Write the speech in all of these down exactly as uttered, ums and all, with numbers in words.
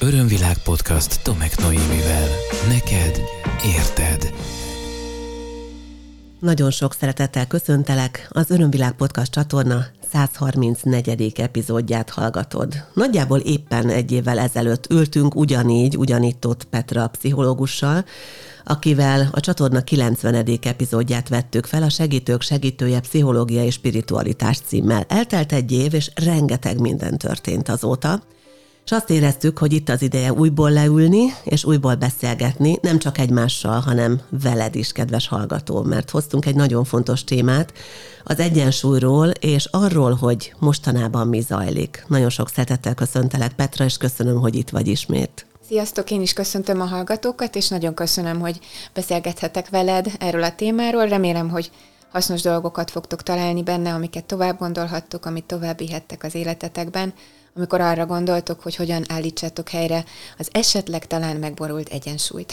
Örömvilág podcast Tomek Noémivel. Neked érted. Nagyon sok szeretettel köszöntelek, az Örömvilág podcast csatorna száz harmincnegyedik epizódját hallgatod. Nagyjából éppen egy évvel ezelőtt ültünk ugyanígy, ugyanitt ott Petra pszichológussal, akivel a csatorna kilencvenedik epizódját vettük fel, a Segítők segítője pszichológia és spiritualitás címmel. Eltelt egy év, és rengeteg minden történt azóta. És azt éreztük, hogy itt az ideje újból leülni, és újból beszélgetni, nem csak egymással, hanem veled is, kedves hallgató, mert hoztunk egy nagyon fontos témát, az egyensúlyról, és arról, hogy mostanában mi zajlik. Nagyon sok szeretettel köszöntelek, Petra, és köszönöm, hogy itt vagy ismét. Sziasztok, én is köszöntöm a hallgatókat, és nagyon köszönöm, hogy beszélgethetek veled erről a témáról. Remélem, hogy hasznos dolgokat fogtok találni benne, amiket tovább gondolhattok, amit tovább vihettek az életetekben, amikor arra gondoltok, hogy hogyan állítsátok helyre az esetleg talán megborult egyensúlyt.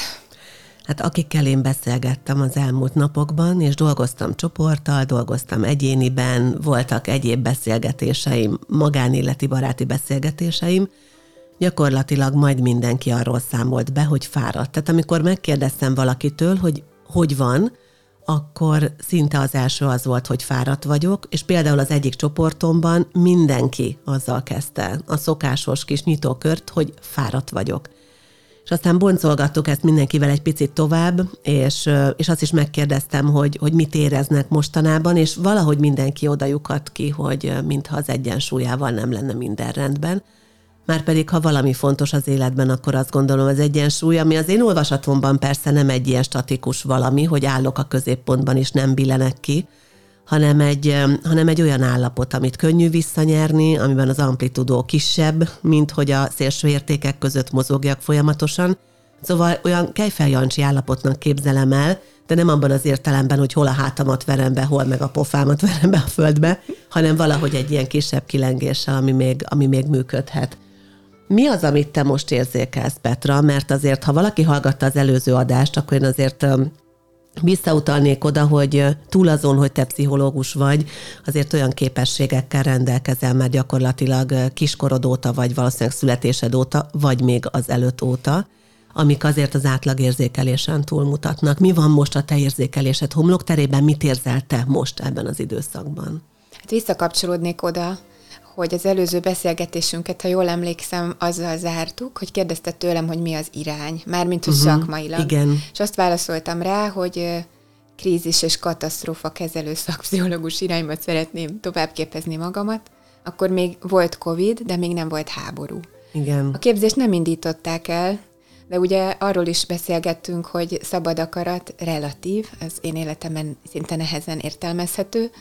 Hát akikkel én beszélgettem az elmúlt napokban, és dolgoztam csoporttal, dolgoztam egyéniben, voltak egyéb beszélgetéseim, magánéleti baráti beszélgetéseim, gyakorlatilag majd mindenki arról számolt be, hogy fáradt. Tehát amikor megkérdeztem valakitől, hogy hogy van, akkor szinte az első az volt, hogy fáradt vagyok, és például az egyik csoportomban mindenki azzal kezdte a szokásos kis nyitókört, hogy fáradt vagyok. És aztán boncolgattuk ezt mindenkivel egy picit tovább, és, és azt is megkérdeztem, hogy, hogy mit éreznek mostanában, és valahogy mindenki oda lyukadt ki, hogy mintha az egyensúlyával nem lenne minden rendben. Márpedig, ha valami fontos az életben, akkor azt gondolom az egyensúly, ami az én olvasatomban persze nem egy ilyen statikus valami, hogy állok a középpontban és nem billenek ki, hanem egy, hanem egy olyan állapot, amit könnyű visszanyerni, amiben az amplitudó kisebb, mint hogy a szélső értékek között mozogjak folyamatosan. Szóval olyan kejfel-jancsi állapotnak képzelem el, de nem abban az értelemben, hogy hol a hátamat verem be, hol meg a pofámat verem be a földbe, hanem valahogy egy ilyen kisebb kilengéssel, ami még, ami még működhet. Mi az, amit te most érzékelsz, Petra? Mert azért, ha valaki hallgatta az előző adást, akkor én azért visszautalnék oda, hogy túl azon, hogy te pszichológus vagy, azért olyan képességekkel rendelkezel már gyakorlatilag kiskorod óta, vagy valószínűleg születésed óta, vagy még az előtt óta, amik azért az átlagérzékelésen túlmutatnak. Mi van most a te érzékelésed homlokterében? Mit érzel te most ebben az időszakban? Hát visszakapcsolódnék oda, hogy az előző beszélgetésünket, ha jól emlékszem, azzal zártuk, hogy kérdezte tőlem, hogy mi az irány, mármint hogy uh-huh, szakmailag. Igen. És azt válaszoltam rá, hogy krízis és katasztrófa kezelő szakpszichológus irányba szeretném továbbképezni magamat. Akkor még volt Covid, de még nem volt háború. Igen. A képzést nem indították el, de ugye arról is beszélgettünk, hogy szabad akarat relatív, az én életemben szinte nehezen értelmezhető,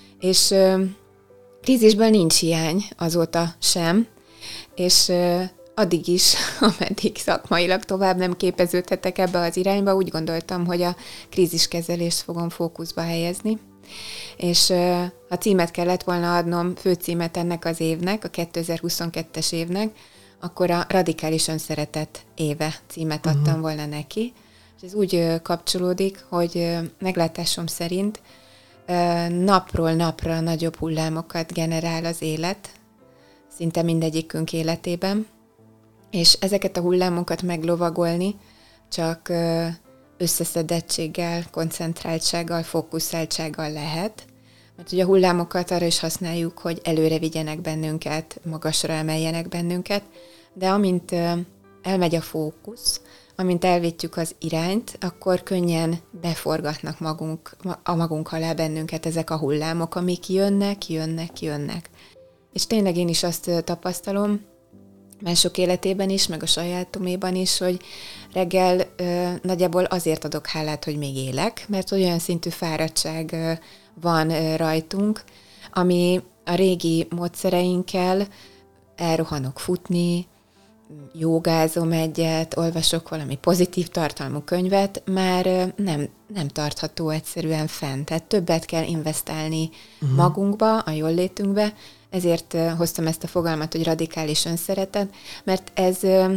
és krízisből nincs hiány, azóta sem, és addig is, ameddig szakmailag tovább nem képeződhetek ebbe az irányba, úgy gondoltam, hogy a kríziskezelést fogom fókuszba helyezni. És ha címet kellett volna adnom, főcímet ennek az évnek, a kétezer-huszonkettes évnek, akkor a Radikális önszeretet éve címet adtam uh-huh. volna neki. És ez úgy kapcsolódik, hogy meglátásom szerint napról napra nagyobb hullámokat generál az élet, szinte mindegyikünk életében, és ezeket a hullámokat meglovagolni csak összeszedettséggel, koncentráltsággal, fókuszáltsággal lehet, mert ugye a hullámokat arra is használjuk, hogy előre vigyenek bennünket, magasra emeljenek bennünket, de amint elmegy a fókusz, amint elvittjük az irányt, akkor könnyen beforgatnak magunk, a magunk alá bennünket ezek a hullámok, amik jönnek, jönnek, jönnek. És tényleg én is azt tapasztalom, mások életében is, meg a sajátoméban is, hogy reggel ö, nagyjából azért adok hálát, hogy még élek, mert olyan szintű fáradtság ö, van ö, rajtunk, ami a régi módszereinkkel elrohanok futni, jogázom egyet, olvasok valami pozitív tartalmú könyvet, már nem, nem tartható egyszerűen fent. Tehát többet kell investálni uh-huh. magunkba, a jóllétünkbe, ezért hoztam ezt a fogalmat, hogy radikális önszeretet, mert ez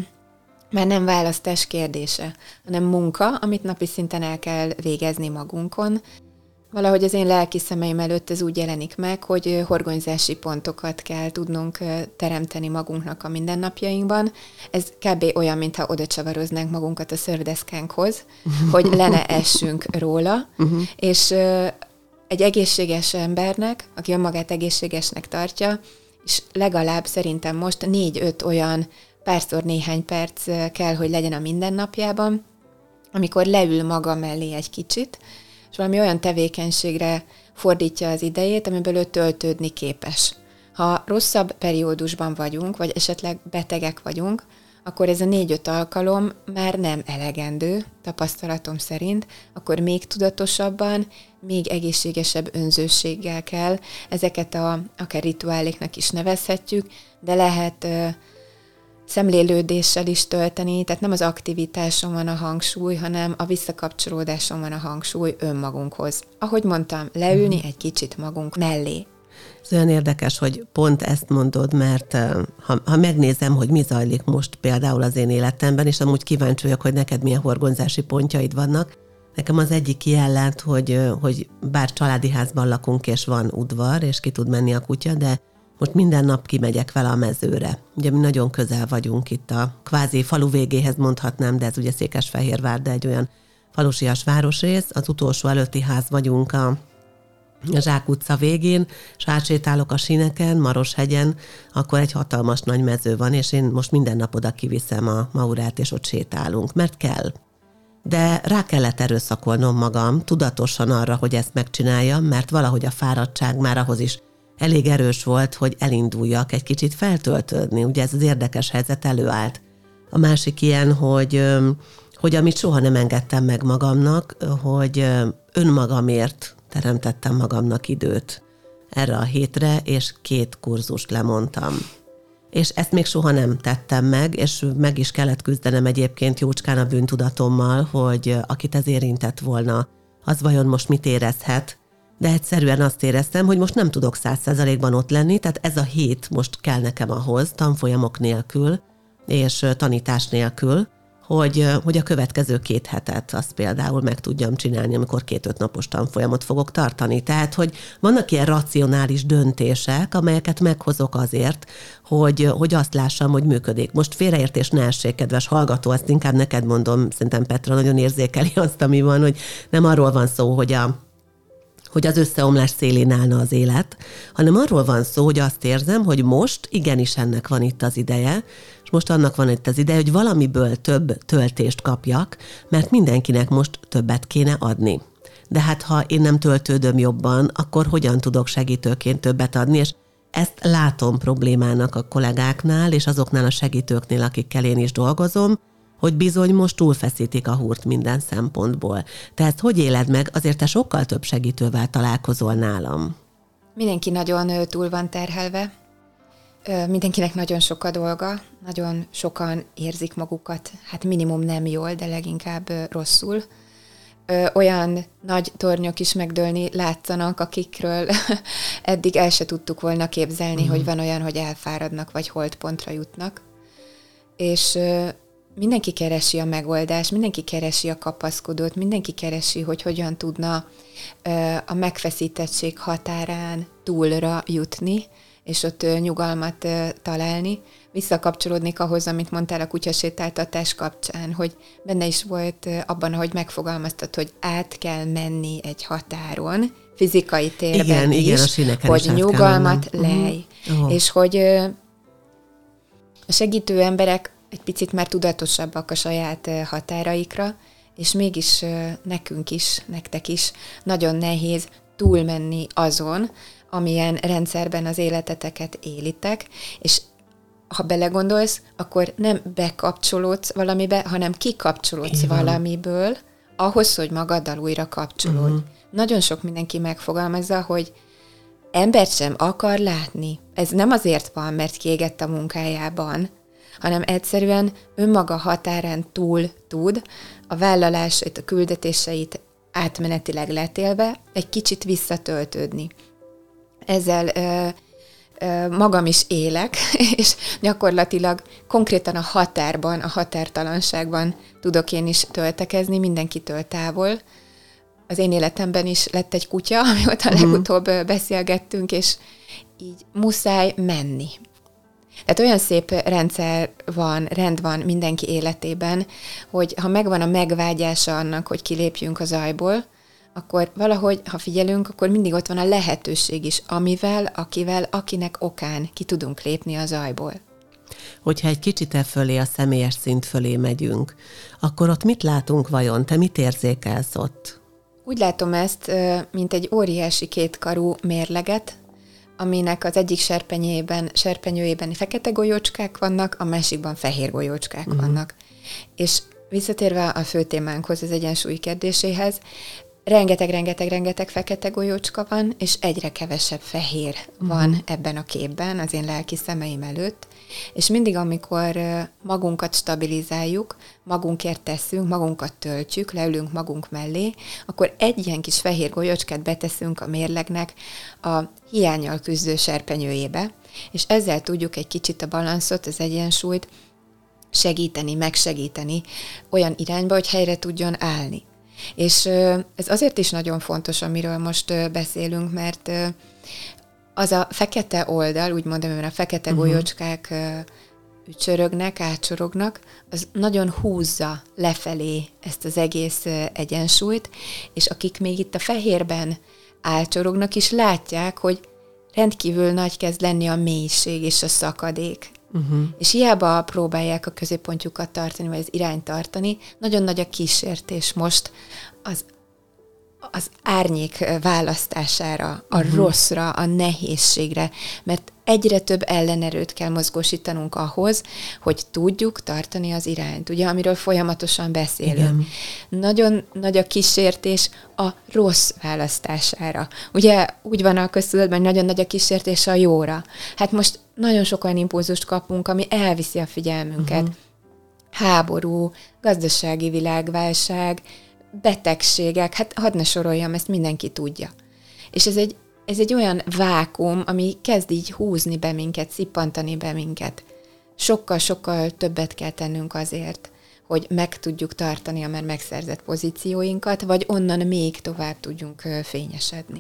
már nem választás kérdése, hanem munka, amit napi szinten el kell végezni magunkon. Valahogy az én lelki szemeim előtt ez úgy jelenik meg, hogy horgonyzási pontokat kell tudnunk teremteni magunknak a mindennapjainkban. Ez kb. Olyan, mintha oda csavaroznánk magunkat a szördeszkánkhoz, hogy le ne essünk róla, uh-huh. és egy egészséges embernek, aki önmagát egészségesnek tartja, és legalább szerintem most négy-öt olyan párszor néhány perc kell, hogy legyen a mindennapjában, amikor leül maga mellé egy kicsit, és valami olyan tevékenységre fordítja az idejét, amiből ő töltődni képes. Ha rosszabb periódusban vagyunk, vagy esetleg betegek vagyunk, akkor ez a négy-öt alkalom már nem elegendő, tapasztalatom szerint, akkor még tudatosabban, még egészségesebb önzőséggel kell. Ezeket a, akár rituáléknak is nevezhetjük, de lehet ö, szemlélődéssel is tölteni, tehát nem az aktivitáson van a hangsúly, hanem a visszakapcsolódáson van a hangsúly önmagunkhoz. Ahogy mondtam, leülni egy kicsit magunk mellé. Ez olyan érdekes, hogy pont ezt mondod, mert ha, ha megnézem, hogy mi zajlik most például az én életemben, és amúgy kíváncsi vagyok, hogy neked milyen horgonyzási pontjaid vannak, nekem az egyik kijelent, hogy, hogy bár családi házban lakunk, és van udvar, és ki tud menni a kutya, de most minden nap kimegyek vele a mezőre. Ugye mi nagyon közel vagyunk itt a kvázi falu végéhez mondhatnám, de ez ugye Székesfehérvár, de egy olyan falusias városrész. Az utolsó előtti ház vagyunk a, a Zsák utca végén, és átsétálok a síneken, Maroshegyen, akkor egy hatalmas nagy mező van, és én most minden nap oda kiviszem a Maurát, és ott sétálunk, mert kell. De rá kellett erőszakolnom magam tudatosan arra, hogy ezt megcsináljam, mert valahogy a fáradtság már ahhoz is elég erős volt, hogy elinduljak egy kicsit feltöltődni. Ugye ez az érdekes helyzet előállt. A másik ilyen, hogy, hogy amit soha nem engedtem meg magamnak, hogy önmagamért teremtettem magamnak időt erre a hétre, és két kurzust lemondtam. És ezt még soha nem tettem meg, és meg is kellett küzdenem egyébként jócskán a bűntudatommal, hogy akit ez érintett volna, az vajon most mit érezhet, de egyszerűen azt éreztem, hogy most nem tudok száz százalékban ott lenni, tehát ez a hét most kell nekem ahhoz, tanfolyamok nélkül, és tanítás nélkül, hogy, hogy a következő két hetet azt például meg tudjam csinálni, amikor két-öt napos tanfolyamot fogok tartani. Tehát, hogy vannak ilyen racionális döntések, amelyeket meghozok azért, hogy, hogy azt lássam, hogy működik. Most félreértés ne essék, kedves hallgató, azt inkább neked mondom, szerintem Petra nagyon érzékeli azt, ami van, hogy nem arról van szó, hogy a hogy az összeomlás szélén állna az élet, hanem arról van szó, hogy azt érzem, hogy most igenis ennek van itt az ideje, és most annak van itt az ideje, hogy valamiből több töltést kapjak, mert mindenkinek most többet kéne adni. De hát ha én nem töltődöm jobban, akkor hogyan tudok segítőként többet adni, és ezt látom problémának a kollégáknál, és azoknál a segítőknél, akikkel én is dolgozom, hogy bizony most túlfeszítik a húrt minden szempontból. Te ezt hogy éled meg? Azért te sokkal több segítővel találkozol nálam. Mindenki nagyon túl van terhelve, mindenkinek nagyon sok a dolga, nagyon sokan érzik magukat, hát minimum nem jól, de leginkább rosszul. Olyan nagy tornyok is megdőlni látszanak, akikről eddig el se tudtuk volna képzelni, mm. hogy van olyan, hogy elfáradnak, vagy holtpontra jutnak. És mindenki keresi a megoldást, mindenki keresi a kapaszkodót, mindenki keresi, hogy hogyan tudna a megfeszítettség határán túlra jutni, és ott nyugalmat találni. Visszakapcsolódnék ahhoz, amit mondtál a kutyasétáltatás kapcsán, hogy benne is volt abban, ahogy megfogalmaztad, hogy át kell menni egy határon, fizikai térben igen, is, igen, a síneken hogy is nyugalmat lej. Uh-huh. És hogy a segítő emberek egy picit már tudatosabbak a saját határaikra, és mégis nekünk is, nektek is nagyon nehéz túlmenni azon, amilyen rendszerben az életeteket élitek, és ha belegondolsz, akkor nem bekapcsolódsz valamibe, hanem kikapcsolódsz Igen. valamiből, ahhoz, hogy magaddal újra kapcsolódj. Uh-huh. Nagyon sok mindenki megfogalmazza, hogy embert sem akar látni. Ez nem azért van, mert kiégett a munkájában, hanem egyszerűen önmaga határán túl tud a vállalásait, a küldetéseit átmenetileg letélve egy kicsit visszatöltődni. Ezzel ö, ö, magam is élek, és gyakorlatilag konkrétan a határban, a határtalanságban tudok én is töltekezni, mindenkitől távol. az én életemben is lett egy kutya, amióta uh-huh. legutóbb beszélgettünk, és így muszáj menni. Tehát olyan szép rendszer van, rend van mindenki életében, hogy ha megvan a megvágyása annak, hogy kilépjünk a zajból, akkor valahogy, ha figyelünk, akkor mindig ott van a lehetőség is, amivel, akivel, akinek okán ki tudunk lépni a zajból. Hogyha egy kicsit e fölé, a személyes szint fölé megyünk, akkor ott mit látunk vajon? Te mit érzékelsz ott? Úgy látom ezt, mint egy óriási kétkarú mérleget, aminek az egyik serpenyőjében, serpenyőjében fekete golyócskák vannak, a másikban fehér golyócskák uh-huh. vannak. És visszatérve a fő témánkhoz, az egyensúly kérdéséhez, rengeteg, rengeteg, rengeteg fekete golyócska van, és egyre kevesebb fehér uh-huh. van ebben a képben, az én lelki szemeim előtt, és mindig, amikor magunkat stabilizáljuk, magunkért teszünk, magunkat töltjük, leülünk magunk mellé, akkor egy ilyen kis fehér golyócskát beteszünk a mérlegnek a hiánnyal küzdő serpenyőjébe, és ezzel tudjuk egy kicsit a balanszot, az egyensúlyt segíteni, megsegíteni olyan irányba, hogy helyre tudjon állni. És ez azért is nagyon fontos, amiről most beszélünk, mert az a fekete oldal, úgy mondom, mert a fekete uh-huh. golyócskák ücsörögnek, átsorognak, az nagyon húzza lefelé ezt az egész egyensúlyt, és akik még itt a fehérben átsorognak is, látják, hogy rendkívül nagy kezd lenni a mélység és a szakadék. Uh-huh. És hiába próbálják a középpontjukat tartani, vagy az irányt tartani, nagyon nagy a kísértés most az, az árnyék választására, a uh-huh. rosszra, a nehézségre, mert egyre több ellenerőt kell mozgósítanunk ahhoz, hogy tudjuk tartani az irányt, ugye, amiről folyamatosan beszélünk. Igen. Nagyon nagy a kísértés a rossz választására. Ugye úgy van a köztudatban, hogy nagyon nagy a kísértés a jóra. Hát most nagyon sok olyan impulzust kapunk, ami elviszi a figyelmünket. Uh-huh. Háború, gazdasági világválság, betegségek, hát hadd ne soroljam, ezt mindenki tudja. És ez egy Ez egy olyan vákum, ami kezd így húzni be minket, szippantani be minket. Sokkal-sokkal többet kell tennünk azért, hogy meg tudjuk tartani a már megszerzett pozícióinkat, vagy onnan még tovább tudjunk fényesedni.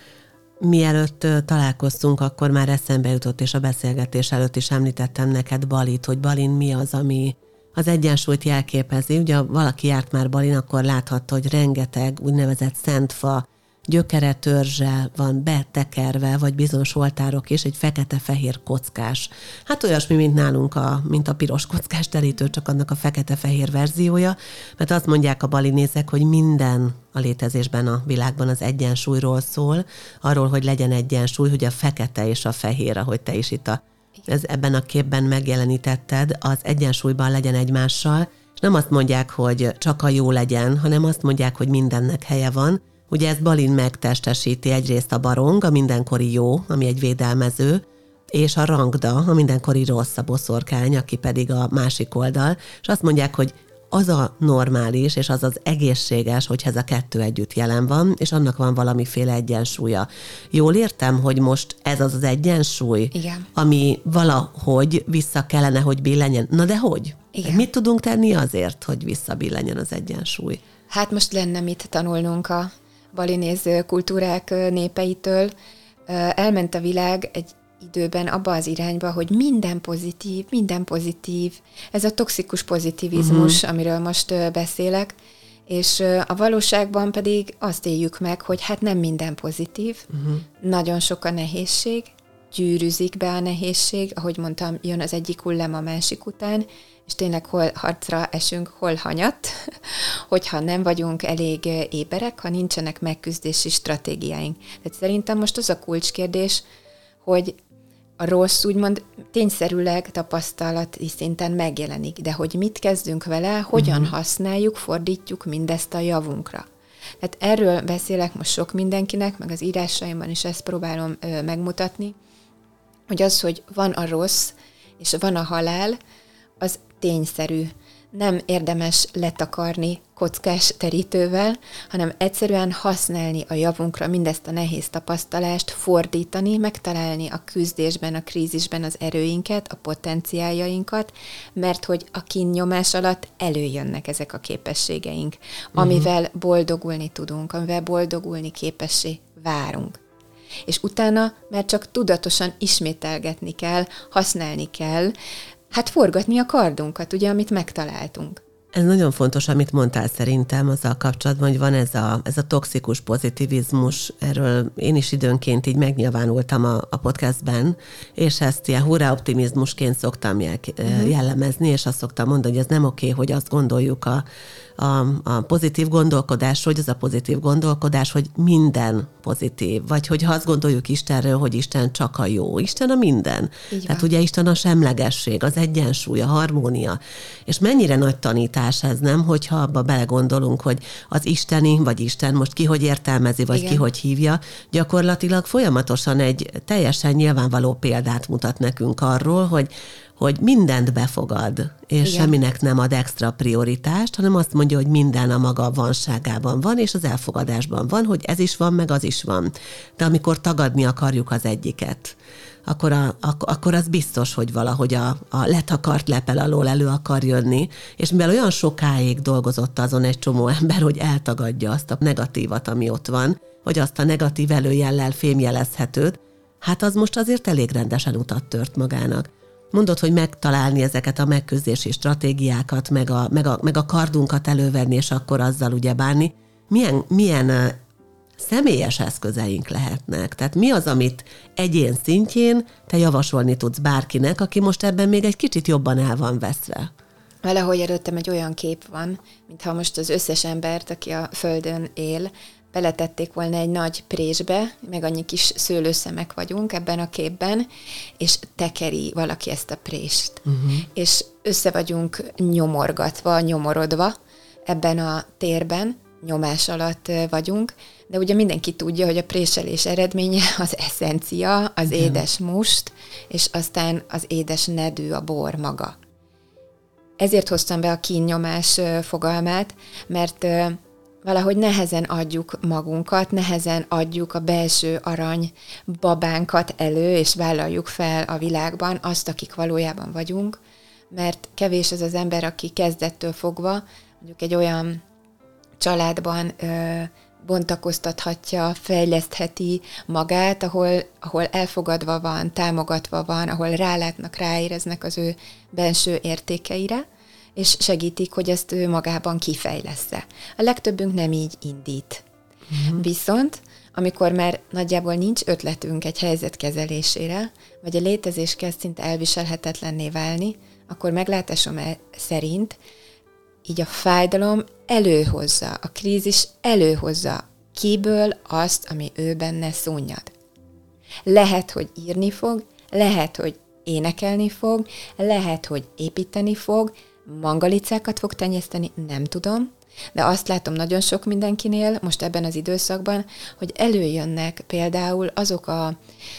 Mielőtt találkoztunk, akkor már eszembe jutott, és a beszélgetés előtt is említettem neked Balit, hogy Balin mi az, ami az egyensúlyt jelképezi. Ugye, ha valaki járt már Balin, akkor láthatta, hogy rengeteg úgynevezett szentfa, gyökere, törzse van betekerve, vagy bizonyos oltárok is, egy fekete-fehér kockás. Hát olyasmi, mint nálunk, a, mint a piros kockás terítő, csak annak a fekete-fehér verziója, mert azt mondják a balinézek, hogy minden a létezésben, a világban az egyensúlyról szól, arról, hogy legyen egyensúly, hogy a fekete és a fehér, ahogy te is itt a, ez ebben a képben megjelenítetted, az egyensúlyban legyen egymással, és nem azt mondják, hogy csak a jó legyen, hanem azt mondják, hogy mindennek helye van. Ugye ezt Balin megtestesíti egyrészt a barong, a mindenkori jó, ami egy védelmező, és a rangda, a mindenkori rossz, a boszorkány, aki pedig a másik oldal, és azt mondják, hogy az a normális, és az az egészséges, hogy ez a kettő együtt jelen van, és annak van valamiféle egyensúlya. Jól értem, hogy most ez az az egyensúly, igen, ami valahogy vissza kellene, hogy billenjen. Na de hogy? Igen. Mit tudunk tenni azért, hogy visszabillenjen az egyensúly? Hát most lenne mit tanulnunk a balinéz kultúrák népeitől. Elment a világ egy időben abba az irányba, hogy minden pozitív, minden pozitív. Ez a toxikus pozitivizmus, uh-huh. amiről most beszélek, és a valóságban pedig azt éljük meg, hogy hát nem minden pozitív, uh-huh. nagyon sok a nehézség, gyűrűzik be a nehézség, ahogy mondtam, jön az egyik hullám a másik után, és tényleg hol harcra esünk, hol hanyat, hogyha nem vagyunk elég éberek, ha nincsenek megküzdési stratégiáink. Tehát szerintem most az a kulcskérdés, hogy a rossz úgymond tényszerűleg tapasztalati szinten megjelenik, de hogy mit kezdünk vele, hogyan uh-huh. használjuk, fordítjuk mindezt a javunkra. Tehát erről beszélek most sok mindenkinek, meg az írásaimban is ezt próbálom ö, megmutatni, hogy az, hogy van a rossz, és van a halál, az tényszerű. nem érdemes letakarni kockás terítővel, hanem egyszerűen használni a javunkra mindezt a nehéz tapasztalást, fordítani, megtalálni a küzdésben, a krízisben az erőinket, a potenciáljainkat, mert hogy a kínnyomás alatt előjönnek ezek a képességeink, amivel uh-huh. boldogulni tudunk, amivel boldogulni képessé várunk. És utána már csak tudatosan ismételgetni kell, használni kell, hát forgatni a kardunkat, ugye, amit megtaláltunk. Ez nagyon fontos, amit mondtál szerintem azzal kapcsolatban, hogy van ez a, ez a toxikus pozitivizmus, erről én is időnként így megnyilvánultam a, a podcastben, és ezt ilyen hurrá optimizmusként szoktam jellemezni, és azt szoktam mondani, hogy ez nem oké, hogy azt gondoljuk a, a, a pozitív gondolkodás, hogy az a pozitív gondolkodás, hogy minden pozitív, vagy hogy ha azt gondoljuk Istenről, hogy Isten csak a jó, Isten a minden. Tehát ugye Isten a semlegesség, az egyensúly, a harmónia, és mennyire nagy tanítás ez, nem, hogyha abba belegondolunk, hogy az isteni, vagy Isten most ki hogy értelmezi, vagy Igen. ki hogy hívja, gyakorlatilag folyamatosan egy teljesen nyilvánvaló példát mutat nekünk arról, hogy hogy mindent befogad, és Igen. semminek nem ad extra prioritást, hanem azt mondja, hogy minden a maga vanságában van, és az elfogadásban van, hogy ez is van, meg az is van. De amikor tagadni akarjuk az egyiket, akkor, a, ak- akkor az biztos, hogy valahogy a, a letakart lepel alól elő akar jönni, és mivel olyan sokáig dolgozott azon egy csomó ember, hogy eltagadja azt a negatívat, ami ott van, vagy azt a negatív előjellel fémjelezhetőt, hát az most azért elég rendesen utat tört magának. Mondod, hogy megtalálni ezeket a megküzdési stratégiákat, meg a, meg, a, meg a kardunkat elővenni, és akkor azzal ugye bánni. Milyen, milyen uh, személyes eszközeink lehetnek? Tehát mi az, amit egyén szintjén te javasolni tudsz bárkinek, aki most ebben még egy kicsit jobban el van veszve? Valahogy előttem egy olyan kép van, mintha most az összes embert, aki a Földön él, beletették volna egy nagy présbe, meg annyi kis szőlőszemek vagyunk ebben a képben, és tekeri valaki ezt a prést. Uh-huh. És össze vagyunk nyomorgatva, nyomorodva ebben a térben, nyomás alatt vagyunk, de ugye mindenki tudja, hogy a préselés eredménye az eszencia, az Igen. édes must, és aztán az édes nedű, a bor maga. Ezért hoztam be a kínnyomás fogalmát, mert valahogy nehezen adjuk magunkat, nehezen adjuk a belső arany babánkat elő, és vállaljuk fel a világban azt, akik valójában vagyunk, mert kevés az az ember, aki kezdettől fogva, mondjuk egy olyan családban ö, bontakoztathatja, fejlesztheti magát, ahol, ahol elfogadva van, támogatva van, ahol rálátnak, ráéreznek az ő belső értékeire, és segítik, hogy ezt ő magában kifejlessze. A legtöbbünk nem így indít. Uh-huh. Viszont, amikor már nagyjából nincs ötletünk egy helyzet kezelésére, vagy a létezés kezd szinte elviselhetetlenné válni, akkor meglátásom szerint így a fájdalom előhozza, a krízis előhozza kiből azt, ami ő benne szunnyad. Lehet, hogy írni fog, lehet, hogy énekelni fog, lehet, hogy építeni fog, mangalicákat fog tenyészteni, nem tudom, de azt látom nagyon sok mindenkinél most ebben az időszakban, hogy előjönnek például azok a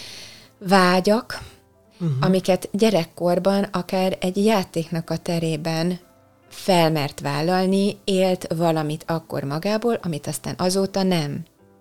vágyak, uh-huh. amiket gyerekkorban akár egy játéknak a terében felmert vállalni, élt valamit akkor magából, amit aztán azóta nem.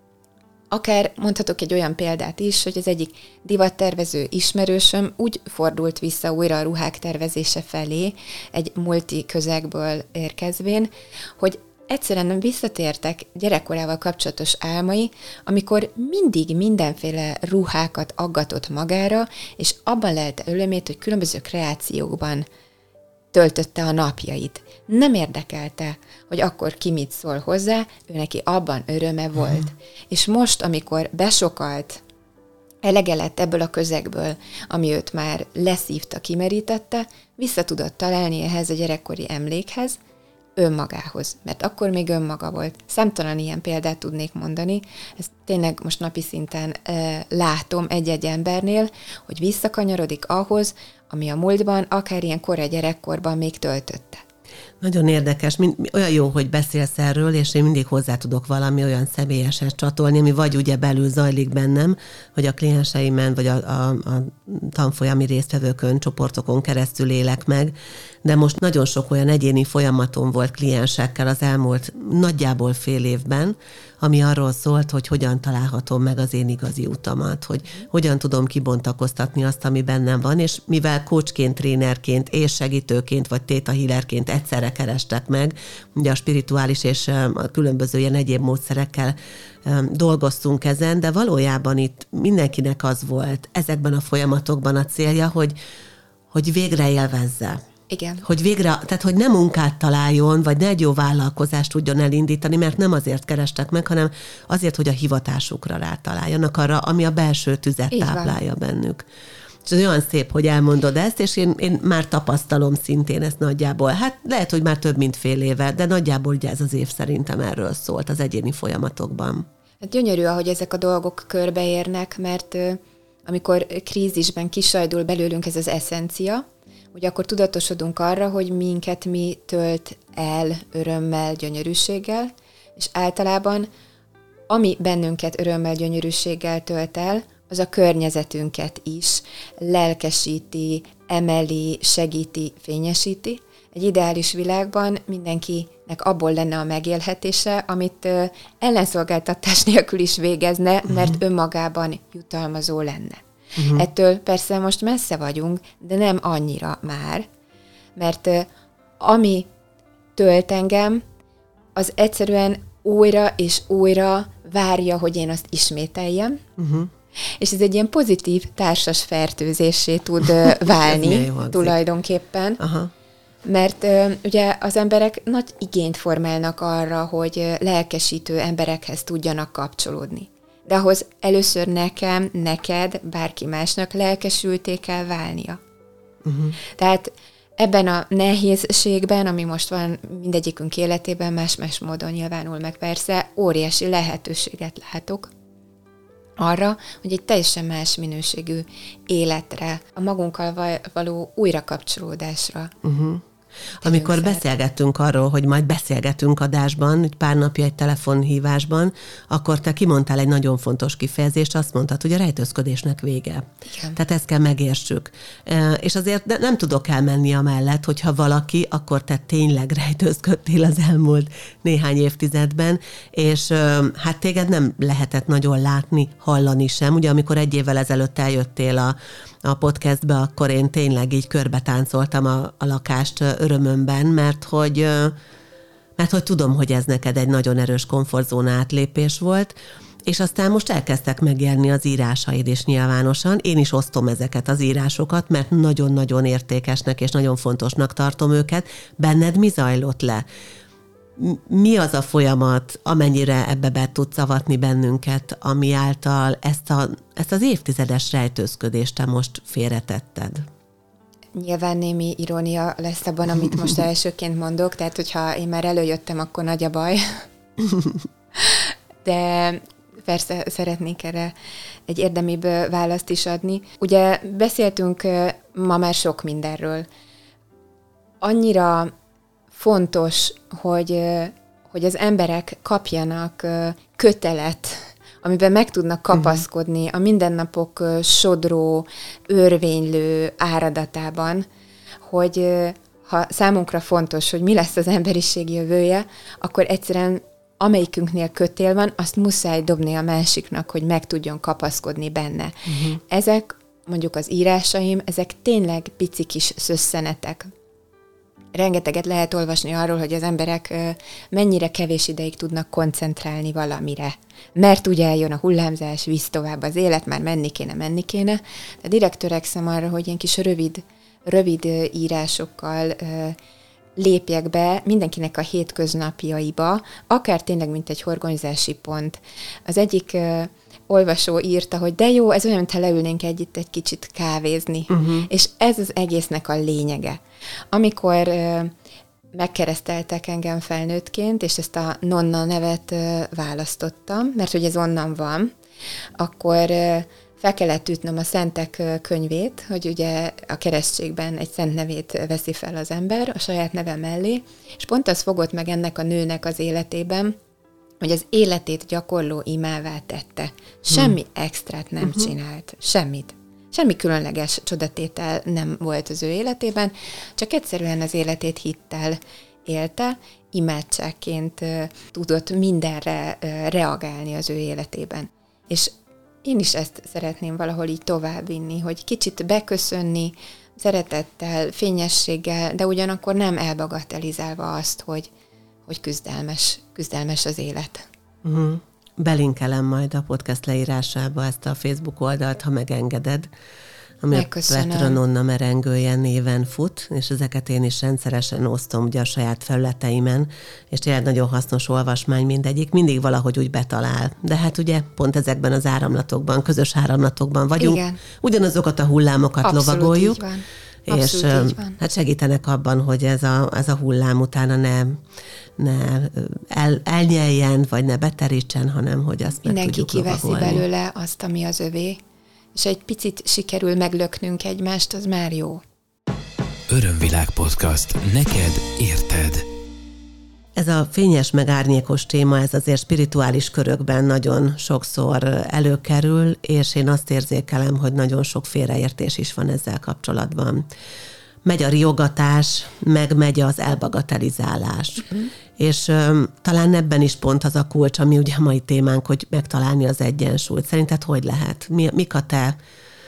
Akár mondhatok egy olyan példát is, hogy az egyik divattervező ismerősöm úgy fordult vissza újra a ruhák tervezése felé, egy multi közegből érkezvén, hogy egyszerűen nem visszatértek gyerekkorával kapcsolatos álmai, amikor mindig mindenféle ruhákat aggatott magára, és abban lelte örömét, hogy különböző kreációkban töltötte a napjait. Nem érdekelte, hogy akkor ki mit szól hozzá, ő neki abban öröme volt. Uh-huh. És most, amikor besokalt, elege lett ebből a közegből, ami őt már leszívta, kimerítette, vissza tudott találni ehhez a gyerekkori emlékhez, önmagához, mert akkor még önmaga volt. Számtalan ilyen példát tudnék mondani, ezt tényleg most napi szinten e, látom egy-egy embernél, hogy visszakanyarodik ahhoz, ami a múltban, akár ilyen korai gyerekkorban még töltötte. Nagyon érdekes, mind, olyan jó, hogy beszélsz erről, és én mindig hozzá tudok valami olyan személyeset csatolni, ami vagy ugye belül zajlik bennem, hogy a klienseimen, vagy a, a, a tanfolyami résztvevőkön, csoportokon keresztül élek meg, de most nagyon sok olyan egyéni folyamaton volt kliensekkel az elmúlt nagyjából fél évben, ami arról szólt, hogy hogyan találhatom meg az én igazi utamat, hogy hogyan tudom kibontakoztatni azt, ami bennem van, és mivel coachként, trénerként és segítőként, vagy theta healerként egyszerre kerestek meg, ugye a spirituális és a különböző ilyen egyéb módszerekkel dolgoztunk ezen, de valójában itt mindenkinek az volt ezekben a folyamatokban a célja, hogy, hogy végre élvezze. Igen. Hogy végre, tehát hogy nem munkát találjon, vagy ne egy jó vállalkozást tudjon elindítani, mert nem azért kerestek meg, hanem azért, hogy a hivatásukra rátaláljanak arra, ami a belső tüzet Így táplálja van. Bennük. És ez olyan szép, hogy elmondod ezt, és én, én már tapasztalom szintén ezt nagyjából. Hát lehet, hogy már több mint fél éve, de nagyjából ugye ez az év szerintem erről szólt az egyéni folyamatokban. Hát gyönyörű, ahogy ezek a dolgok körbeérnek, mert amikor krízisben kisajdul belőlünk ez az eszencia, ugye akkor tudatosodunk arra, hogy minket mi tölt el örömmel, gyönyörűséggel, és általában ami bennünket örömmel, gyönyörűséggel tölt el, az a környezetünket is lelkesíti, emeli, segíti, fényesíti. Egy ideális világban mindenkinek abból lenne a megélhetése, amit ellenszolgáltatás nélkül is végezne, mert uh-huh. önmagában jutalmazó lenne. Uh-huh. Ettől persze most messze vagyunk, de nem annyira már, mert uh, ami tölt engem, az egyszerűen újra és újra várja, hogy én azt ismételjem, uh-huh. és ez egy ilyen pozitív társas fertőzésé tud uh, válni tulajdonképpen, Aha. mert uh, ugye az emberek nagy igényt formálnak arra, hogy uh, lelkesítő emberekhez tudjanak kapcsolódni. De ahhoz először nekem, neked, bárki másnak lelkesülté kell válnia. Uh-huh. Tehát ebben a nehézségben, ami most van mindegyikünk életében, más-más módon nyilvánul meg persze, óriási lehetőséget látok arra, hogy egy teljesen más minőségű életre, a magunkkal való újrakapcsolódásra uh-huh. Amikor beszélgettünk arról, hogy majd beszélgetünk adásban, egy pár napja egy telefonhívásban, akkor te kimondtál egy nagyon fontos kifejezést, azt mondtad, hogy a rejtőzködésnek vége. Igen. Tehát ezt kell megértsük. És azért nem tudok elmenni amellett, hogyha valaki, akkor te tényleg rejtőzködtél az elmúlt néhány évtizedben, és hát téged nem lehetett nagyon látni, hallani sem. Ugye amikor egy évvel ezelőtt eljöttél a a podcastbe, akkor én tényleg így körbe táncoltam a, a lakást örömömben, mert hogy, mert hogy tudom, hogy ez neked egy nagyon erős komfortzóna átlépés volt, és aztán most elkezdtek megjelenni az írásaid is nyilvánosan. Én is osztom ezeket az írásokat, mert nagyon-nagyon értékesnek és nagyon fontosnak tartom őket. Benned mi zajlott le? Mi az a folyamat, amennyire ebbe be tudsz avatni bennünket, ami által ezt, a, ezt az évtizedes rejtőzködést te most félretetted? Nyilván némi irónia lesz abban, amit most elsőként mondok, tehát hogyha én már előjöttem, akkor nagy a baj. De persze szeretnék erre egy érdemibb választ is adni. Ugye beszéltünk ma már sok mindenről. Annyira fontos, hogy, hogy az emberek kapjanak kötelet, amiben meg tudnak kapaszkodni a mindennapok sodró, örvénylő áradatában, hogy ha számunkra fontos, hogy mi lesz az emberiség jövője, akkor egyszerűen amelyikünknél kötél van, azt muszáj dobni a másiknak, hogy meg tudjon kapaszkodni benne. Uh-huh. Ezek, mondjuk az írásaim, ezek tényleg pici kis szösszenetek. Rengeteget lehet olvasni arról, hogy az emberek mennyire kevés ideig tudnak koncentrálni valamire. Mert ugye eljön a hullámzás, visz tovább az élet, már menni kéne, menni kéne. De direkt törekszem arra, hogy ilyen kis rövid, rövid írásokkal lépjek be mindenkinek a hétköznapjaiba, akár tényleg, mint egy horgonyzási pont. Az egyik olvasó írta, hogy de jó, ez olyan, mintha leülnénk együtt egy kicsit kávézni. Uh-huh. És ez az egésznek a lényege. Amikor uh, megkereszteltek engem felnőttként, és ezt a nonna nevet uh, választottam, mert hogy ez onnan van, akkor uh, fel kellett ütnöm a szentek könyvét, hogy ugye a keresztségben egy szent nevét veszi fel az ember a saját neve mellé, és pont az fogott meg ennek a nőnek az életében, hogy az életét gyakorló imává tette. Semmi hmm. extrát nem uh-huh. csinált. Semmit. Semmi különleges csodatétel nem volt az ő életében, csak egyszerűen az életét hittel élte, imádságként uh, tudott mindenre uh, reagálni az ő életében. És én is ezt szeretném valahogy így továbbvinni, hogy kicsit beköszönni, szeretettel, fényességgel, de ugyanakkor nem elbagatelizálva azt, hogy, hogy küzdelmes, küzdelmes az élet. Uh-huh. Belinkelem majd a podcast leírásába ezt a Facebook oldalt, ha megengeded, ami Megköszönöm. a Petrononna merengője néven fut, és ezeket én is rendszeresen osztom ugye a saját felületeimen, és tényleg nagyon hasznos olvasmány mindegyik, mindig valahogy úgy betalál. De hát ugye pont ezekben az áramlatokban, közös áramlatokban vagyunk, igen. ugyanazokat a hullámokat Abszolút lovagoljuk, így van. és így van. hát segítenek abban, hogy ez a, ez a hullám utána ne, ne el, elnyeljen, vagy ne beterítsen, hanem hogy azt meg Mindenki tudjuk kiveszi lovagolni. belőle azt, ami az övé, és egy picit sikerül meglöknünk egymást, az már jó. Örömvilág podcast. Neked érted. Ez a fényes meg árnyékos téma, ez azért spirituális körökben nagyon sokszor előkerül, és én azt érzékelem, hogy nagyon sok félreértés is van ezzel kapcsolatban. Megy a riogatás, meg megy az elbagatelizálás. Uh-huh. És um, talán ebben is pont az a kulcs, ami ugye a mai témánk, hogy megtalálni az egyensúlyt. Szerinted hogy lehet? Mi, mik a te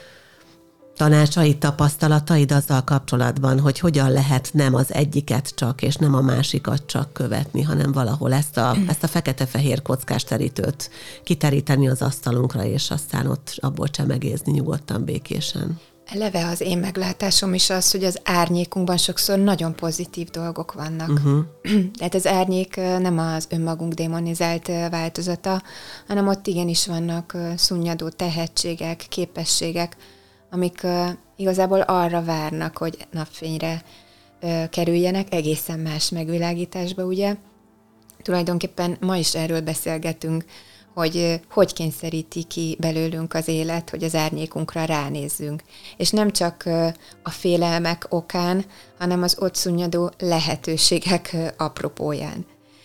tanácsaid, tapasztalataid azzal kapcsolatban, hogy hogyan lehet nem az egyiket csak, és nem a másikat csak követni, hanem valahol ezt a, ezt a fekete-fehér kockás terítőt kiteríteni az asztalunkra, és aztán ott abból csemegézni nyugodtan, békésen. Eleve az én meglátásom is az, hogy az árnyékunkban sokszor nagyon pozitív dolgok vannak. Uh-huh. Tehát az árnyék nem az önmagunk démonizált változata, hanem ott igenis vannak szunnyadó tehetségek, képességek, amik igazából arra várnak, hogy napfényre kerüljenek, egészen más megvilágításba, ugye. Tulajdonképpen ma is erről beszélgetünk, hogy hogy kényszeríti ki belőlünk az élet, hogy az árnyékunkra ránézzünk. És nem csak a félelmek okán, hanem az ott szunnyadó lehetőségek apropóján.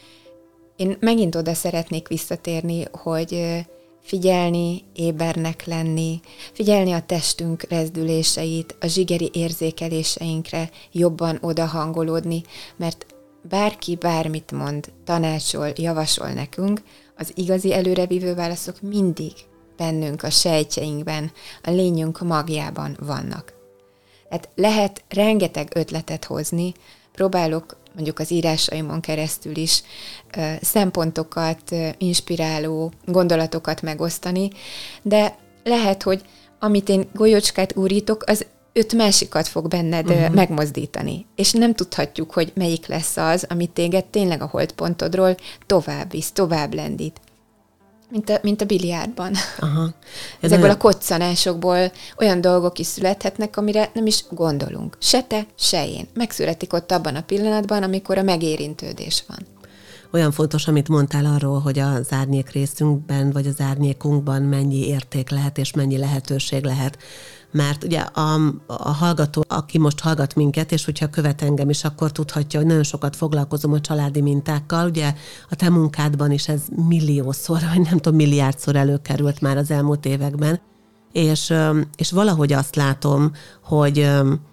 Én megint oda szeretnék visszatérni, hogy figyelni, ébernek lenni, figyelni a testünk rezdüléseit, a zsigeri érzékeléseinkre jobban odahangolódni, mert bárki bármit mond, tanácsol, javasol nekünk, az igazi előrevívő válaszok mindig bennünk, a sejtjeinkben, a lényünk magjában vannak. Tehát lehet rengeteg ötletet hozni, próbálok mondjuk az írásaimon keresztül is szempontokat, inspiráló gondolatokat megosztani, de lehet, hogy amit én golyócskát úrítok, az öt másikat fog benned uh-huh. megmozdítani. És nem tudhatjuk, hogy melyik lesz az, amit téged tényleg a holdpontodról tovább visz, tovább lendít. Mint a, mint a biliárdban. Aha. Ezekből olyan... a koccanásokból olyan dolgok is születhetnek, amire nem is gondolunk. Se te, se én. Megszületik ott abban a pillanatban, amikor a megérintődés van. Olyan fontos, amit mondtál arról, hogy az árnyék részünkben, vagy az árnyékunkban mennyi érték lehet, és mennyi lehetőség lehet. Mert ugye a, a hallgató, aki most hallgat minket, és hogyha követ engem is, akkor tudhatja, hogy nagyon sokat foglalkozom a családi mintákkal. Ugye a te munkádban is ez milliószor, vagy nem tudom, milliárdszor előkerült már az elmúlt években. És, és valahogy azt látom, hogy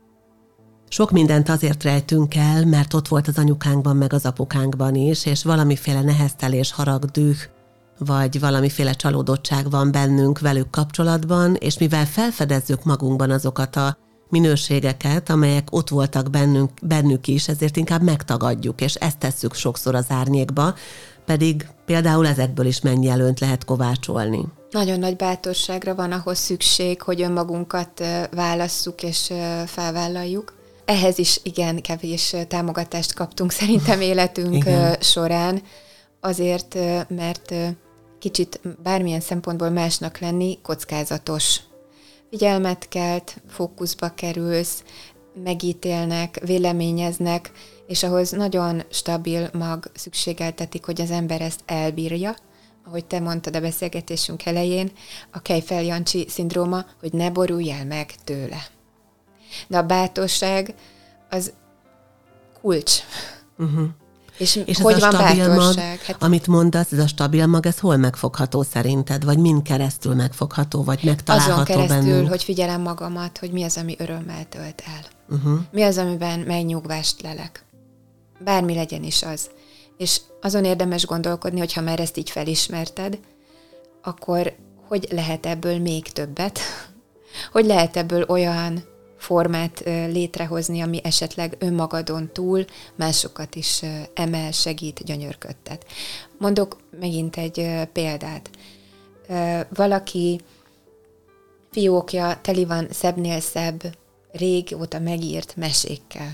sok mindent azért rejtünk el, mert ott volt az anyukánkban, meg az apukánkban is, és valamiféle neheztelés, harag, düh, vagy valamiféle csalódottság van bennünk velük kapcsolatban, és mivel felfedezzük magunkban azokat a minőségeket, amelyek ott voltak bennünk, bennük is, ezért inkább megtagadjuk, és ezt tesszük sokszor az árnyékba, pedig például ezekből is mennyi előnyt lehet kovácsolni. Nagyon nagy bátorságra van ahhoz szükség, hogy önmagunkat válasszuk és felvállaljuk. Ehhez is igen kevés támogatást kaptunk szerintem életünk igen. során, azért, mert kicsit bármilyen szempontból másnak lenni kockázatos. Figyelmet kelt, fókuszba kerülsz, megítélnek, véleményeznek, és ahhoz nagyon stabil mag szükségeltetik, hogy az ember ezt elbírja, ahogy te mondtad a beszélgetésünk elején, a Kejfel Jancsi szindróma, hogy ne borulj el meg tőle. De a bátorság az kulcs. Uh-huh. És, és hogy ez van a stabil bátorság? Mag, hát, amit mondasz, ez a stabil mag, ez hol megfogható szerinted? Vagy mind keresztül megfogható, vagy megtalálható azon keresztül, bennünk? hogy figyelem magamat, hogy mi az, ami örömmel tölt el. Uh-huh. Mi az, amiben megnyugvást lelek. Bármi legyen is az. És azon érdemes gondolkodni, hogy ha már ezt így felismerted, akkor hogy lehet ebből még többet? Hogy lehet ebből olyan formát létrehozni, ami esetleg önmagadon túl másokat is emel, segít, gyönyörködtet. Mondok megint egy példát. Valaki fiókja teli van szebbnél szebb, régóta megírt mesékkel.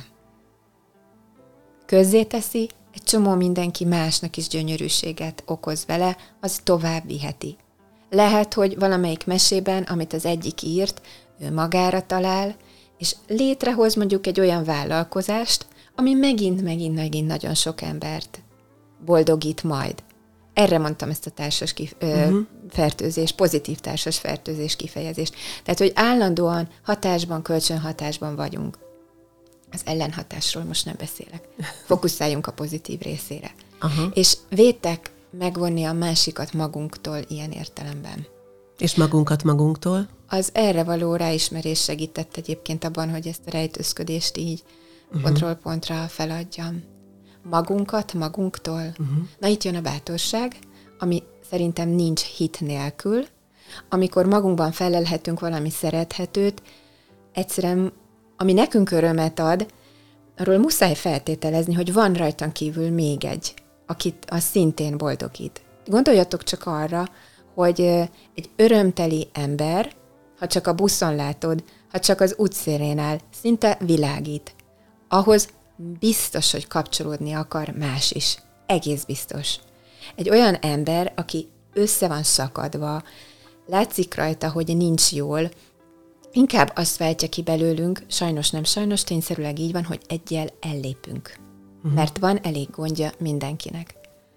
Közzéteszi, egy csomó mindenki másnak is gyönyörűséget okoz vele, az tovább viheti. Lehet, hogy valamelyik mesében, amit az egyik írt, ő magára talál, és létrehoz mondjuk egy olyan vállalkozást, ami megint-megint-megint nagyon sok embert boldogít majd. Erre mondtam ezt a társas kif- uh-huh. fertőzés, pozitív társas fertőzés kifejezést. Tehát, hogy állandóan hatásban, kölcsönhatásban vagyunk. Az ellenhatásról most nem beszélek. Fókuszáljunk a pozitív részére. Uh-huh. És védtek megvonni a másikat magunktól ilyen értelemben. És magunkat magunktól? Az erre való ráismerés segített egyébként abban, hogy ezt a rejtőzködést így uh-huh. pontról pontra feladjam. Magunkat magunktól. Uh-huh. Na itt jön a bátorság, ami szerintem nincs hit nélkül. Amikor magunkban felelhetünk valami szerethetőt, egyszerűen, ami nekünk örömet ad, arról muszáj feltételezni, hogy van rajtan kívül még egy, akit az szintén boldogít. Gondoljatok csak arra, hogy egy örömteli ember, ha csak a buszon látod, ha csak az útszélén áll, szinte világít. Ahhoz biztos, hogy kapcsolódni akar más is. Egész biztos. Egy olyan ember, aki össze van szakadva, látszik rajta, hogy nincs jól, inkább azt váltja ki belőlünk, sajnos nem sajnos, tényszerűleg így van, hogy egyel ellépünk. Uh-huh. Mert van elég gondja mindenkinek.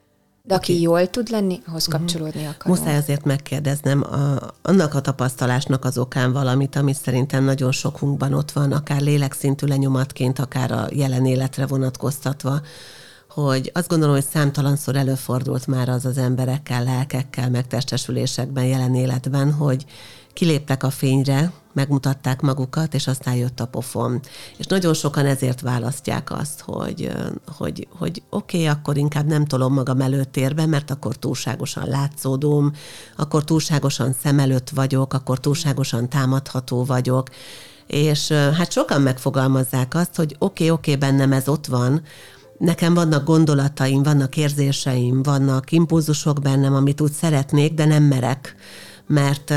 De aki okay. jól tud lenni, ahhoz kapcsolódni uh-huh. akarunk. Muszáj azért megkérdeznem a, annak a tapasztalásnak az okán valamit, ami szerintem nagyon sokunkban ott van, akár lélekszintű lenyomatként, akár a jelen életre vonatkoztatva, hogy azt gondolom, hogy számtalanszor előfordult már az az emberekkel, lelkekkel, meg testesülésekben, jelen életben, hogy kiléptek a fényre, megmutatták magukat, és aztán jött a pofon. És nagyon sokan ezért választják azt, hogy, hogy, hogy oké, okay, akkor inkább nem tolom magam előtérbe, mert akkor túlságosan látszódom, akkor túlságosan szem előtt vagyok, akkor túlságosan támadható vagyok. És hát sokan megfogalmazzák azt, hogy oké, okay, oké, okay, bennem ez ott van, nekem vannak gondolataim, vannak érzéseim, vannak impulzusok bennem, amit úgy szeretnék, de nem merek, mert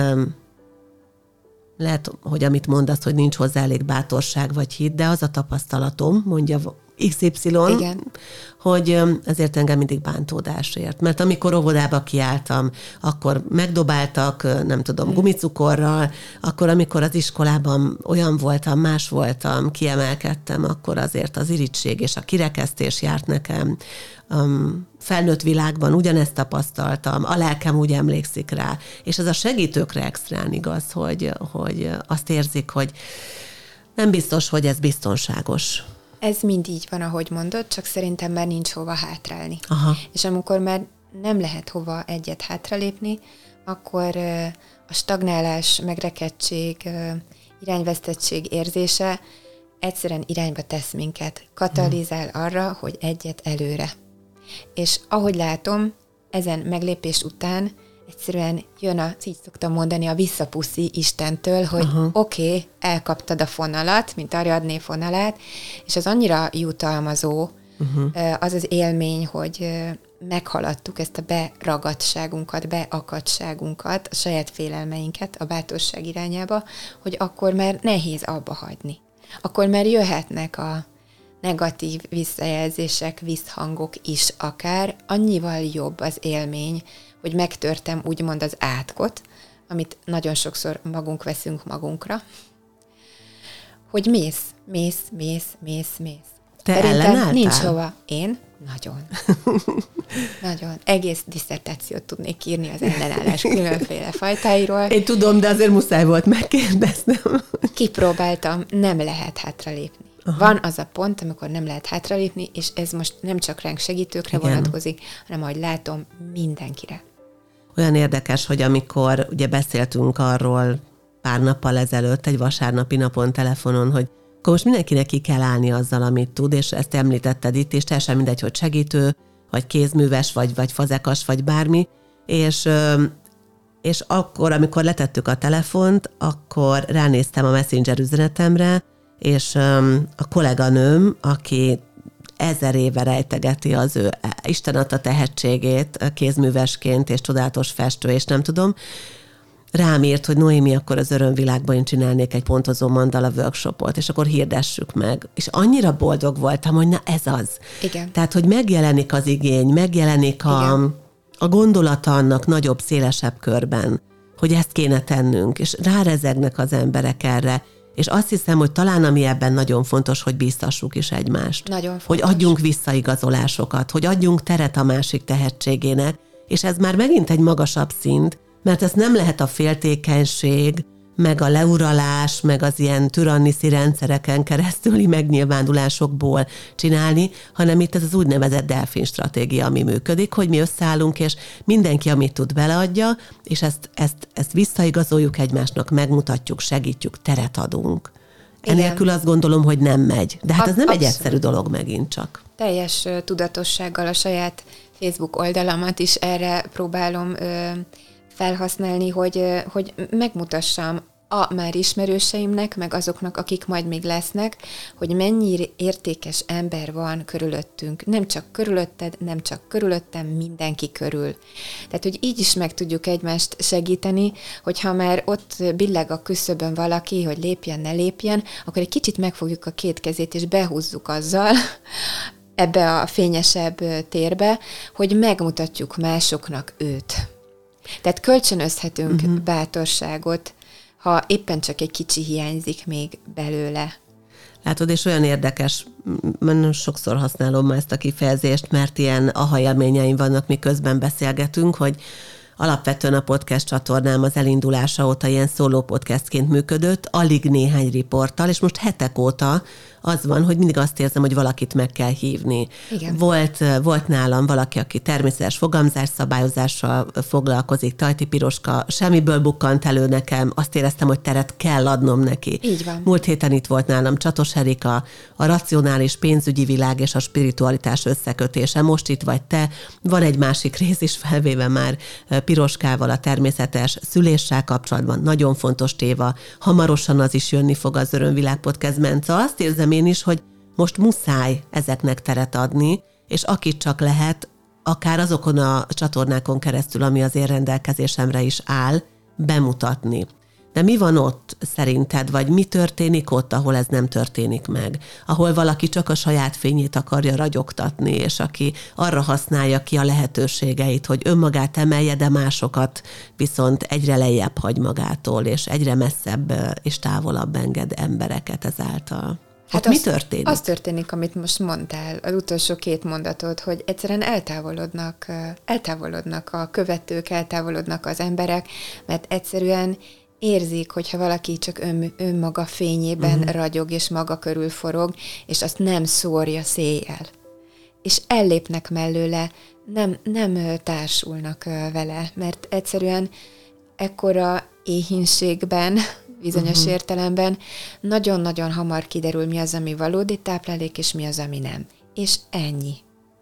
lehet, hogy amit mondasz, hogy nincs hozzá elég bátorság vagy hit, de az a tapasztalatom, mondja iksz ipszilon, igen. hogy ezért engem mindig bántódásért. Mert amikor óvodába kiálltam, akkor megdobáltak, nem tudom, gumicukorral, akkor amikor az iskolában olyan voltam, más voltam, kiemelkedtem, akkor azért az irigység és a kirekesztés járt nekem. Um, felnőtt világban ugyanezt tapasztaltam, a lelkem úgy emlékszik rá, és ez a segítőkre extrán igaz, hogy, hogy azt érzik, hogy nem biztos, hogy ez biztonságos. Ez mind így van, ahogy mondod, csak szerintem már nincs hova hátrálni. Aha. És amikor már nem lehet hova egyet hátralépni, akkor a stagnálás, megrekedtség, irányvesztettség érzése egyszerűen irányba tesz minket, katalizál arra, hogy egyet előre. És ahogy látom, ezen meglépés után egyszerűen jön a, így szoktam mondani, a visszapuszi Istentől, hogy oké, okay, elkaptad a fonalat, mint Ariadné fonalát, és az annyira jutalmazó, uh-huh. az az élmény, hogy meghaladtuk ezt a beragadtságunkat, beakadtságunkat, a saját félelmeinket a bátorság irányába, hogy akkor már nehéz abba hagyni. Akkor már jöhetnek a negatív visszajelzések, visszhangok is akár, annyival jobb az élmény, hogy megtörtem úgymond az átkot, amit nagyon sokszor magunk veszünk magunkra, hogy mész, mész, mész, mész, mész. Te Szerintem ellenálltál? nincs hova. Én? Nagyon. Nagyon. Egész diszertációt tudnék írni az ellenállás különféle fajtáiról. Én tudom, de azért muszáj volt megkérdeznem. Kipróbáltam, nem lehet hátralépni. Aha. Van az a pont, amikor nem lehet hátralépni, és ez most nem csak ránk segítőkre Igen. vonatkozik, hanem ahogy látom, mindenkire. Olyan érdekes, hogy amikor ugye beszéltünk arról pár nappal ezelőtt, egy vasárnapi napon telefonon, hogy akkor most mindenkinek ki kell állni azzal, amit tud, és ezt említetted itt, és teljesen mindegy, hogy segítő, vagy kézműves, vagy, vagy fazekas, vagy bármi, és, és akkor, amikor letettük a telefont, akkor ránéztem a Messenger üzenetemre, és a kolléganőm, aki ezer éve rejtegeti az ő Isten adta tehetségét kézművesként, és csodálatos festő, és nem tudom, rám írt, hogy Noémi, akkor az örömvilágban én csinálnék egy pontozó mandala workshopot, és akkor hirdessük meg. És annyira boldog voltam, hogy na ez az. Igen. Tehát, hogy megjelenik az igény, megjelenik a, a gondolata annak nagyobb, szélesebb körben, hogy ezt kéne tennünk, és rárezegnek az emberek erre. És azt hiszem, hogy talán ami ebben nagyon fontos, hogy bíztassuk is egymást. Nagyon fontos. Hogy adjunk visszaigazolásokat, hogy adjunk teret a másik tehetségének, és ez már megint egy magasabb szint, mert ez nem lehet a féltékenység, meg a leuralás, meg az ilyen türanniszi rendszereken keresztüli megnyilvánulásokból csinálni, hanem itt ez az úgynevezett delfin stratégia, ami működik, hogy mi összeállunk, és mindenki, amit tud, beleadja, és ezt, ezt, ezt visszaigazoljuk egymásnak, megmutatjuk, segítjük, teret adunk. Enélkül azt gondolom, hogy nem megy. De hát ez nem Abszolút. Egy egyszerű dolog megint csak. Teljes tudatossággal a saját Facebook oldalamat is erre próbálom ö, felhasználni, hogy, hogy megmutassam a már ismerőseimnek, meg azoknak, akik majd még lesznek, hogy mennyi értékes ember van körülöttünk. Nem csak körülötted, nem csak körülöttem, mindenki körül. Tehát, hogy így is meg tudjuk egymást segíteni, hogyha már ott billeg a küszöbön valaki, hogy lépjen, ne lépjen, akkor egy kicsit megfogjuk a két kezét, és behúzzuk azzal ebbe a fényesebb térbe, hogy megmutatjuk másoknak őt. Tehát kölcsönözhetünk uh-huh. bátorságot, ha éppen csak egy kicsi hiányzik még belőle. Látod, és olyan érdekes, nagyon sokszor használom már ezt a kifejezést, mert ilyen aha élményeim vannak, miközben beszélgetünk, hogy alapvetően a podcast csatornám az elindulása óta ilyen szóló podcastként működött, alig néhány riporttal, és most hetek óta az van, hogy mindig azt érzem, hogy valakit meg kell hívni. Igen. Volt, volt nálam valaki, aki természetes fogamzásszabályozással foglalkozik, Tajti Piroska, semmiből bukkant elő nekem, azt éreztem, hogy teret kell adnom neki. Így van. Múlt héten itt volt nálam Csatos Erika, a racionális pénzügyi világ és a spiritualitás összekötése. Most itt vagy te, van egy másik rész is felvéve már Piroskával, a természetes szüléssel kapcsolatban. Nagyon fontos téma. Hamarosan az is jönni fog az Örömvilág podcastben. Szóval azt érzem én is, hogy most muszáj ezeknek teret adni, és akit csak lehet, akár azokon a csatornákon keresztül, ami az én rendelkezésemre is áll, bemutatni. De mi van ott szerinted, vagy mi történik ott, ahol ez nem történik meg? Ahol valaki csak a saját fényét akarja ragyogtatni, és aki arra használja ki a lehetőségeit, hogy önmagát emelje, de másokat viszont egyre lejjebb hagy magától, és egyre messzebb és távolabb enged embereket ezáltal. Hát mi történik? Az történik, amit most mondtál, az utolsó két mondatod, hogy egyszerűen eltávolodnak, eltávolodnak a követők, eltávolodnak az emberek, mert egyszerűen érzik, hogyha valaki csak ön, önmaga fényében uh-huh. ragyog, és maga körül forog, és azt nem szórja széjjel. És ellépnek mellőle, nem, nem társulnak vele, mert egyszerűen ekkora éhínségben, bizonyos uh-huh. értelemben nagyon-nagyon hamar kiderül, mi az, ami valódi táplálék, és mi az, ami nem. És ennyi.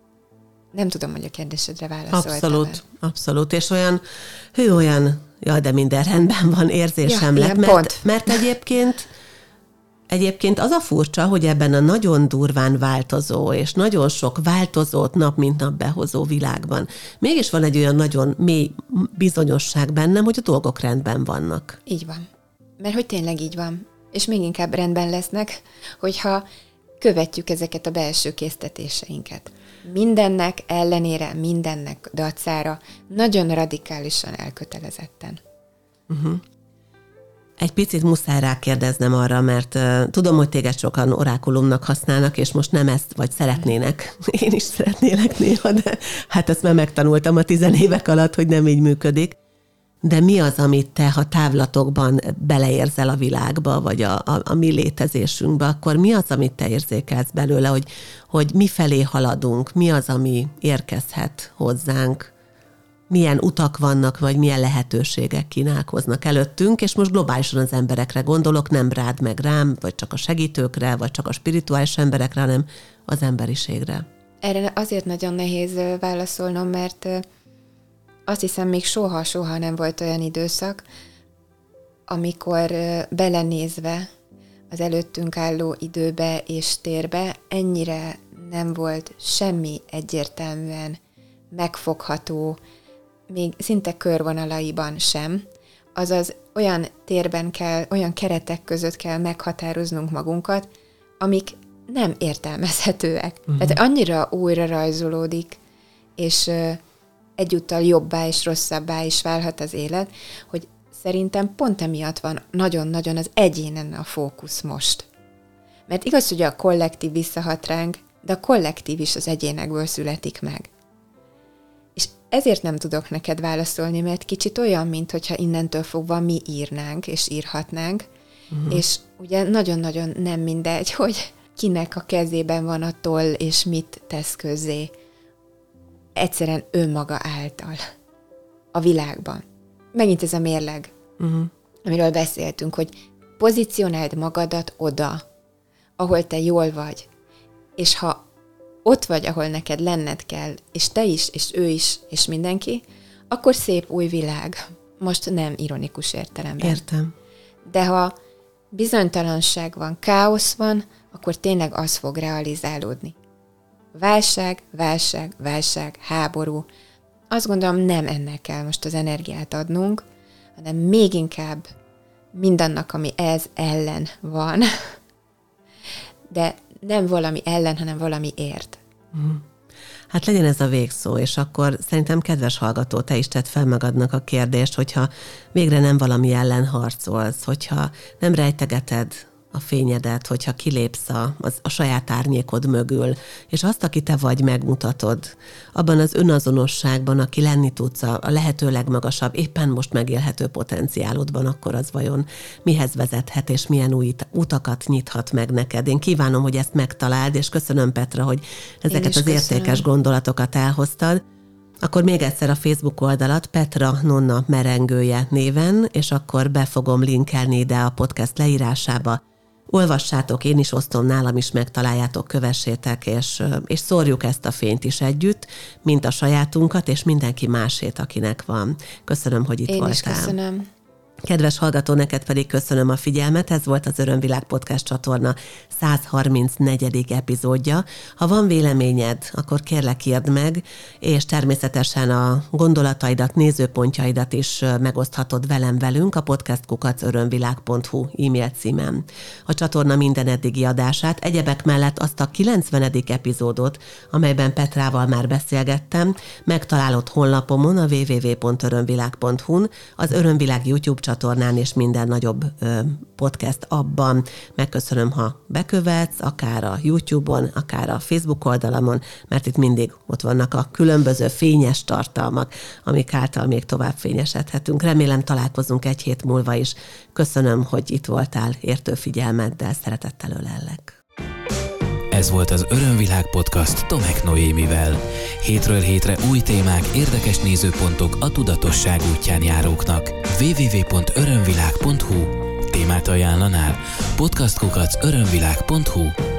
Nem tudom, hogy a kérdésedre válaszoltam. Abszolút, abszolút. És olyan, hű, olyan, jaj, de minden rendben van érzésem ja, lett, mert, mert egyébként, egyébként az a furcsa, hogy ebben a nagyon durván változó, és nagyon sok változót nap mint nap behozó világban mégis van egy olyan nagyon mély bizonyosság bennem, hogy a dolgok rendben vannak. Így van. Mert hogy tényleg így van. És még inkább rendben lesznek, hogyha követjük ezeket a belső késztetéseinket. Mindennek ellenére, mindennek dacára, nagyon radikálisan elkötelezetten. Uh-huh. Egy picit muszáj rákérdeznem arra, mert uh, tudom, hogy téged sokan orákulumnak használnak, és most nem ezt, vagy szeretnének. Én is szeretnélek néha, de hát ezt már megtanultam a tizenévek alatt, hogy nem így működik. De mi az, amit te, ha távlatokban beleérzel a világba, vagy a, a, a mi létezésünkbe, akkor mi az, amit te érzékelsz belőle, hogy, hogy mi felé haladunk, mi az, ami érkezhet hozzánk, milyen utak vannak, vagy milyen lehetőségek kínálkoznak előttünk, és most globálisan az emberekre gondolok, nem rád meg rám, vagy csak a segítőkre, vagy csak a spirituális emberekre, hanem az emberiségre. Erre azért nagyon nehéz válaszolnom, mert azt hiszem, még soha-soha nem volt olyan időszak, amikor belenézve az előttünk álló időbe és térbe ennyire nem volt semmi egyértelműen megfogható, még szinte körvonalaiban sem, azaz olyan térben kell, olyan keretek között kell meghatároznunk magunkat, amik nem értelmezhetőek. Uh-huh. Tehát annyira újra rajzolódik, és egyúttal jobbá és rosszabbá is válhat az élet, hogy szerintem pont emiatt van nagyon-nagyon az egyénen a fókusz most. Mert igaz, hogy a kollektív visszahat ránk, de a kollektív is az egyénekből születik meg. És ezért nem tudok neked válaszolni, mert kicsit olyan, mintha innentől fogva mi írnánk és írhatnánk, uh-huh. és ugye nagyon-nagyon nem mindegy, hogy kinek a kezében van a toll, és mit tesz közzé. Egyszerűen önmaga által a világban. Megint ez a mérleg, uh-huh. amiről beszéltünk, hogy pozícionáld magadat oda, ahol te jól vagy, és ha ott vagy, ahol neked lenned kell, és te is, és ő is, és mindenki, akkor szép új világ. Most nem ironikus értelemben. Értem. De ha bizonytalanság van, káosz van, akkor tényleg az fog realizálódni. Válság, válság, válság, háború. Azt gondolom, nem ennek kell most az energiát adnunk, hanem még inkább mindannak, ami ez ellen van. De nem valami ellen, hanem valamiért. Hát legyen ez a végszó, és akkor szerintem, kedves hallgató, te is tedd fel magadnak a kérdést, hogyha végre nem valami ellen harcolsz, hogyha nem rejtegeted a fényedet, hogyha kilépsz a, az, a saját árnyékod mögül, és azt, aki te vagy, megmutatod, abban az önazonosságban, aki lenni tudsz a, a lehető legmagasabb, éppen most megélhető potenciálodban, akkor az vajon mihez vezethet, és milyen új utakat nyithat meg neked. Én kívánom, hogy ezt megtaláld, és köszönöm, Petra, hogy ezeket az köszönöm. Értékes gondolatokat elhoztad. Akkor még egyszer a Facebook oldalat Petra Nonna merengője néven, és akkor be fogom linkelni ide a podcast leírásába. Olvassátok, én is osztom, nálam is megtaláljátok, kövessétek, és, és szórjuk ezt a fényt is együtt, mint a sajátunkat, és mindenki másét, akinek van. Köszönöm, hogy itt én voltál. Én is köszönöm. Kedves hallgató, neked pedig köszönöm a figyelmet, ez volt az Örömvilág Podcast csatorna száz harmincnegyedik epizódja. Ha van véleményed, akkor kérlek írd meg, és természetesen a gondolataidat, nézőpontjaidat is megoszthatod velem velünk a podcast kukac örömvilág pont hu e-mail címen. A csatorna minden eddigi adását, egyebek mellett azt a kilencvenedik epizódot, amelyben Petrával már beszélgettem, megtalálod honlapomon a double-u double-u double-u pont örömvilág pont hu-n, az Örömvilág YouTube csatornán és minden nagyobb ö, podcast abban. Megköszönöm, ha bekövetsz, akár a YouTube-on, akár a Facebook oldalamon, mert itt mindig ott vannak a különböző fényes tartalmak, amik által még tovább fényesedhetünk. Remélem találkozunk egy hét múlva is. Köszönöm, hogy itt voltál, értő figyelmeddel, szeretettel ölellek. Ez volt az Örömvilág Podcast Tomek Noémivel. Hétről hétre új témák, érdekes nézőpontok a tudatosság útján járóknak. double-u double-u double-u pont örömvilág pont hu Témát ajánlanál? podcast kukac örömvilág pont hu